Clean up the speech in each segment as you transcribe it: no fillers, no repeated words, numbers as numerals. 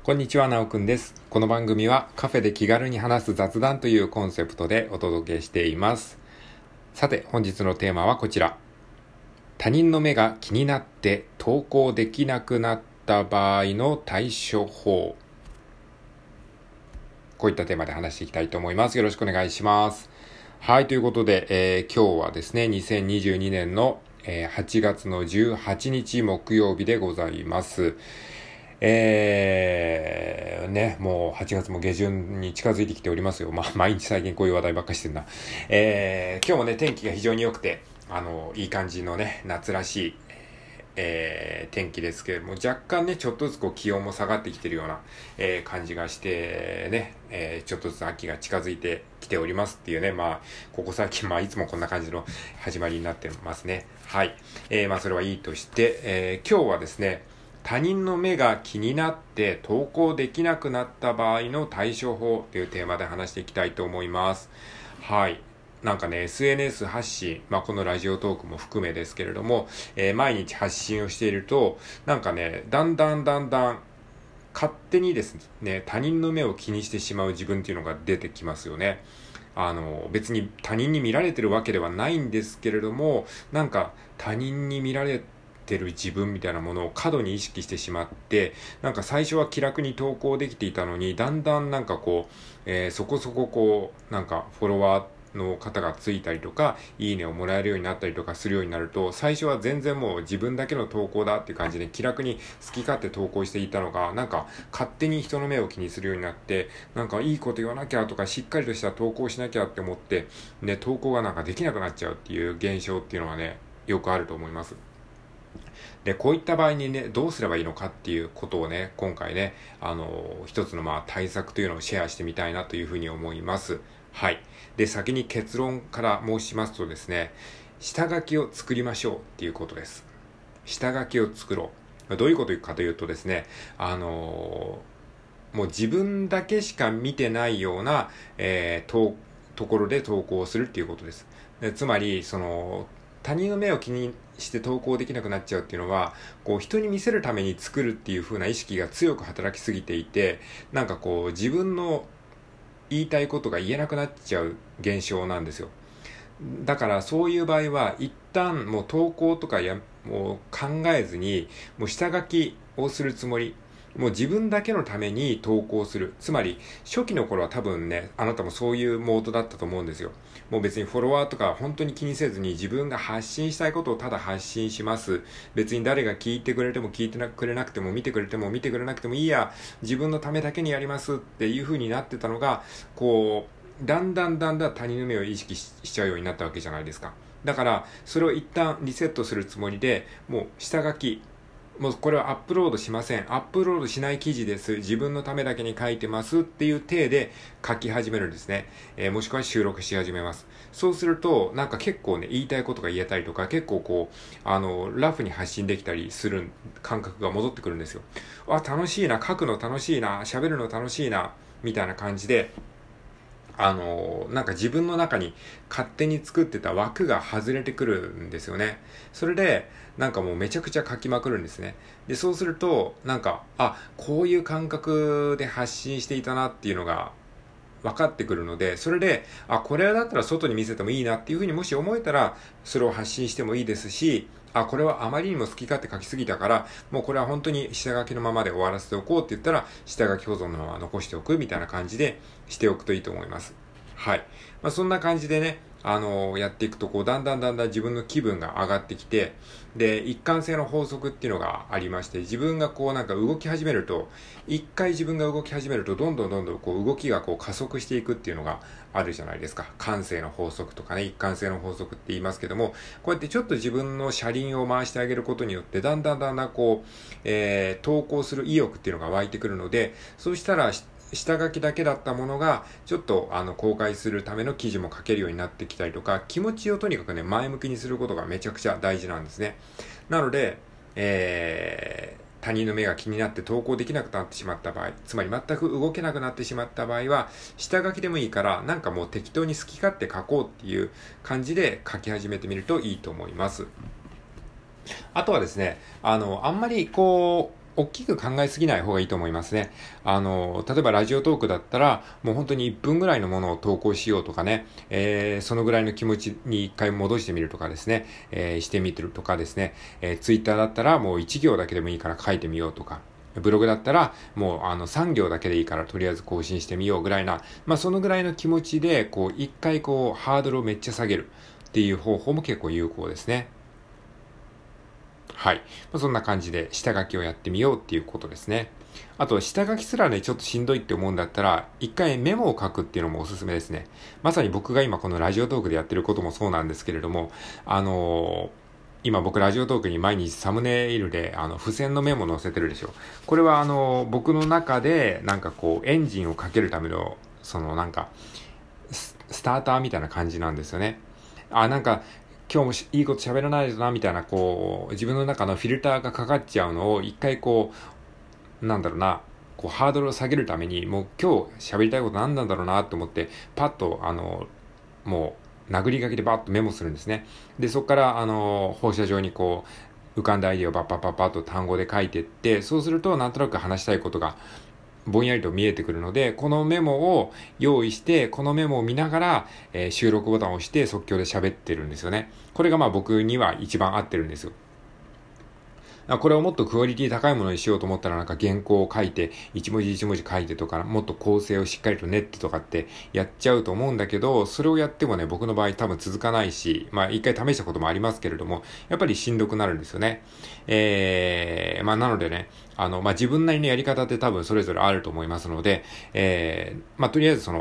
こんにちは、なおくんです。この番組はカフェで気軽に話す雑談というコンセプトでお届けしています。さて、本日のテーマはこちら。他人の目が気になって投稿できなくなった場合の対処法。こういったテーマで話していきたいと思います。よろしくお願いします。はい、ということで、今日はですね、2022年の、8月の18日木曜日でございます。もう8月も下旬に近づいてきておりますよ。毎日最近こういう話題ばっかりしてるな。今日もね、天気が非常に良くて、いい感じのね、夏らしい、天気ですけれども、若干ね、ちょっとずつ気温も下がってきてるような、感じがしてね、ちょっとずつ秋が近づいてきておりますっていうね、ここ最近、いつもこんな感じの始まりになってますね。はい。それはいいとして、今日はですね、他人の目が気になって投稿できなくなった場合の対処法というテーマで話していきたいと思います。はい。なんかね、SNS 発信、このラジオトークも含めですけれども、毎日発信をしていると、なんかね、だんだん勝手にですね、他人の目を気にしてしまう自分っていうのが出てきますよね。別に他人に見られてるわけではないんですけれども、なんか他人に見られてる自分みたいなものを過度に意識してしまって、なんか最初は気楽に投稿できていたのに、だんだんそこそこなんかフォロワーの方がついたりとか、いいねをもらえるようになったりとかするようになると、最初は全然もう自分だけの投稿だっていう感じで気楽に好き勝手投稿していたのが、なんか勝手に人の目を気にするようになって、なんかいいこと言わなきゃとか、しっかりとした投稿しなきゃって思って、ね、投稿がなんかできなくなっちゃうっていう現象っていうのはね、よくあると思います。で、こういった場合にね、どうすればいいのかっていうことをね、今回ね、一つの対策というのをシェアしてみたいなというふうに思います。はい。で、先に結論から申しますとですね、下書きを作りましょうっていうことです。下書きを作ろう。どういうことかというとですね、もう自分だけしか見てないような、ところで投稿するっていうことです。つまり、他人の目を気にして投稿できなくなっちゃうっていうのは、人に見せるために作るっていう風な意識が強く働きすぎていて、なんか自分の言いたいことが言えなくなっちゃう現象なんですよ。だからそういう場合は一旦もう投稿とかもう考えずに、もう下書きをするつもり、もう自分だけのために投稿する。つまり初期の頃は多分ね、あなたもそういうモードだったと思うんですよ。もう別にフォロワーとか本当に気にせずに自分が発信したいことをただ発信します。別に誰が聞いてくれても聞いてくれなくても見てくれても見てくれなくてもいいや、自分のためだけにやりますっていう風になってたのが、だんだん他人の目を意識しちゃうようになったわけじゃないですか。だからそれを一旦リセットするつもりで、もう下書き、もうこれはアップロードしません。アップロードしない記事です。自分のためだけに書いてますっていう体で書き始めるんですね。もしくは収録し始めます。そうすると、なんか結構ね、言いたいことが言えたりとか、結構ラフに発信できたりする感覚が戻ってくるんですよ。楽しいな、書くの楽しいな、喋るの楽しいな、みたいな感じで、なんか自分の中に勝手に作ってた枠が外れてくるんですよね。それで、なんかもうめちゃくちゃ書きまくるんですね。で、そうすると、なんか、こういう感覚で発信していたなっていうのが分かってくるので、それで、これだったら外に見せてもいいなっていうふうにもし思えたら、それを発信してもいいですし、これはあまりにも好き勝手書きすぎたから、もうこれは本当に下書きのままで終わらせておこうって言ったら、下書き保存のまま残しておくみたいな感じでしておくといいと思います。はい。そんな感じでね、やっていくと、だんだん自分の気分が上がってきて、で、一貫性の法則っていうのがありまして、自分がなんか動き始めると、一回自分が動き始めると、どんどん動きが加速していくっていうのがあるじゃないですか。慣性の法則とかね、一貫性の法則って言いますけども、こうやってちょっと自分の車輪を回してあげることによって、だんだん投稿する意欲っていうのが湧いてくるので、そうしたら、下書きだけだったものが、ちょっと公開するための記事も書けるようになってきたりとか、気持ちをとにかくね、前向きにすることがめちゃくちゃ大事なんですね。なので、他人の目が気になって投稿できなくなってしまった場合、つまり全く動けなくなってしまった場合は、下書きでもいいから、なんかもう適当に好き勝手書こうっていう感じで書き始めてみるといいと思います。あとはですね、あんまり大きく考えすぎない方がいいと思いますね。例えばラジオトークだったら、もう本当に1分ぐらいのものを投稿しようとかね、そのぐらいの気持ちに一回戻してみるとかですね、してみてるとかですね、ツイッターだったらもう1行だけでもいいから書いてみようとか、ブログだったらもう3行だけでいいからとりあえず更新してみようぐらいな、そのぐらいの気持ちで、一回ハードルをめっちゃ下げるっていう方法も結構有効ですね。はい。そんな感じで下書きをやってみようっていうことですね。あと、下書きすらね、ちょっとしんどいって思うんだったら、一回メモを書くっていうのもおすすめですね。まさに僕が今このラジオトークでやってることもそうなんですけれども、今僕ラジオトークに毎日サムネイルで付箋のメモ載せてるでしょ。これは僕の中でエンジンをかけるためのスターターみたいな感じなんですよね。今日もいいこと喋らないとなみたいな自分の中のフィルターがかかっちゃうのを一回ハードルを下げるためにもう今日喋りたいこと何なんだろうなと思ってパッともう殴り書きでバッとメモするんですね。でそこから放射状に浮かんだアイディアをバッパッパッパッと単語で書いていって、そうするとなんとなく話したいことがぼんやりと見えてくるので、このメモを用意して、このメモを見ながら、収録ボタンを押して即興で喋ってるんですよね。これが僕には一番合ってるんですよ。これをもっとクオリティ高いものにしようと思ったら原稿を書いて、一文字一文字書いてとか、もっと構成をしっかりと練ってとかってやっちゃうと思うんだけど、それをやってもね、僕の場合多分続かないし、一回試したこともありますけれども、やっぱりしんどくなるんですよね。なのでね、自分なりのやり方って多分それぞれあると思いますので、とりあえず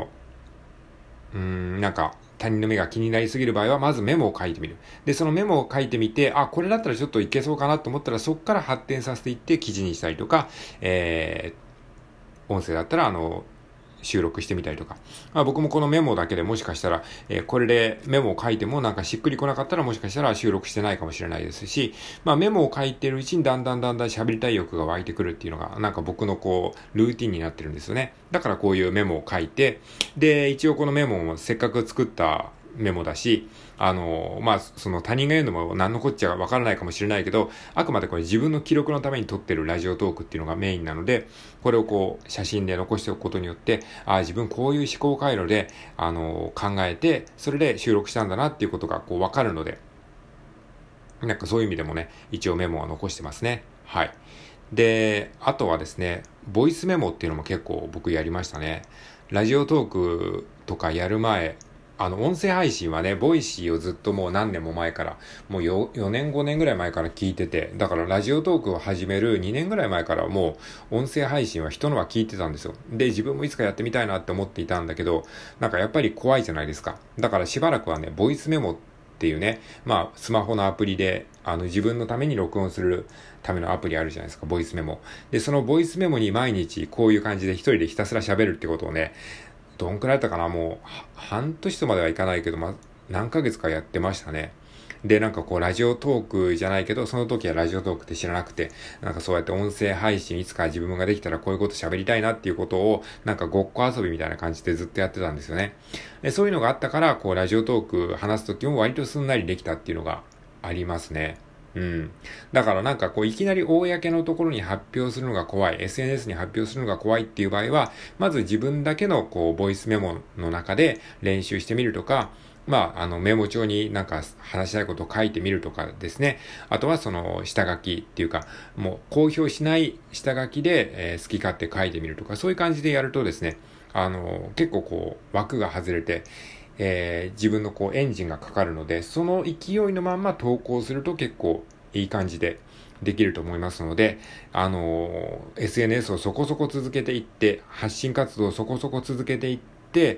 他人の目が気になりすぎる場合は、まずメモを書いてみる。で、そのメモを書いてみて、これだったらちょっといけそうかなと思ったら、そこから発展させていって記事にしたりとか、音声だったら、収録してみたりとか。僕もこのメモだけでもしかしたら、これでメモを書いてもしっくりこなかったらもしかしたら収録してないかもしれないですし、メモを書いてるうちにだんだん喋りたい欲が湧いてくるっていうのが、僕のルーティンになってるんですよね。だからこういうメモを書いて、で、一応このメモもせっかく作ったメモだし、その他人が言うのも何のこっちゃわからないかもしれないけど、あくまでこれ自分の記録のために撮ってるラジオトークっていうのがメインなので、これを写真で残しておくことによって、自分こういう思考回路で、考えて、それで収録したんだなっていうことがわかるので、そういう意味でもね、一応メモは残してますね。はい。で、あとはですね、ボイスメモっていうのも結構僕やりましたね。ラジオトークとかやる前、音声配信はね、ボイシーをずっともう何年も前から、もう4年5年ぐらい前から聞いてて、だからラジオトークを始める2年ぐらい前からもう音声配信は人のは聞いてたんですよ。で、自分もいつかやってみたいなって思っていたんだけど、やっぱり怖いじゃないですか。だからしばらくはね、ボイスメモっていうね、スマホのアプリで、自分のために録音するためのアプリあるじゃないですか、ボイスメモ。で、そのボイスメモに毎日こういう感じで一人でひたすら喋るってことをね、どんくらいだったかな、もう、半年とまではいかないけど、何ヶ月かやってましたね。で、ラジオトークじゃないけど、その時はラジオトークって知らなくて、そうやって音声配信いつか自分ができたらこういうこと喋りたいなっていうことを、ごっこ遊びみたいな感じでずっとやってたんですよね。で、そういうのがあったから、ラジオトーク話す時も割とすんなりできたっていうのがありますね。うん。だからいきなり公のところに発表するのが怖い、SNS に発表するのが怖いっていう場合は、まず自分だけのボイスメモの中で練習してみるとか、メモ帳に話したいことを書いてみるとかですね。あとは下書きっていうか、もう公表しない下書きで、好き勝手書いてみるとか、そういう感じでやるとですね、結構枠が外れて、自分のエンジンがかかるので、その勢いのまんま投稿すると結構いい感じでできると思いますので、SNS をそこそこ続けていって、発信活動をそこそこ続けていって、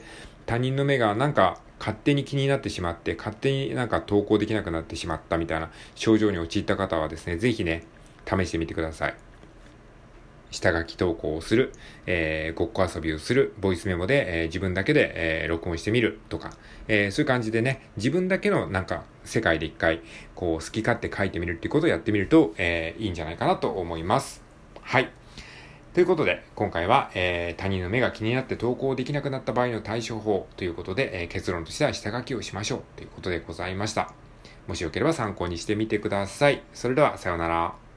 他人の目が勝手に気になってしまって、勝手に投稿できなくなってしまったみたいな症状に陥った方はですね、ぜひね、試してみてください。下書き投稿をする、ごっこ遊びをする、ボイスメモで、自分だけで、録音してみるとか、そういう感じでね、自分だけの世界で一回好き勝手書いてみるっていうことをやってみると、いいんじゃないかなと思います。はい。ということで、今回は、他人の目が気になって投稿できなくなった場合の対処法ということで、結論としては下書きをしましょうということでございました。もしよければ参考にしてみてください。それでは、さようなら。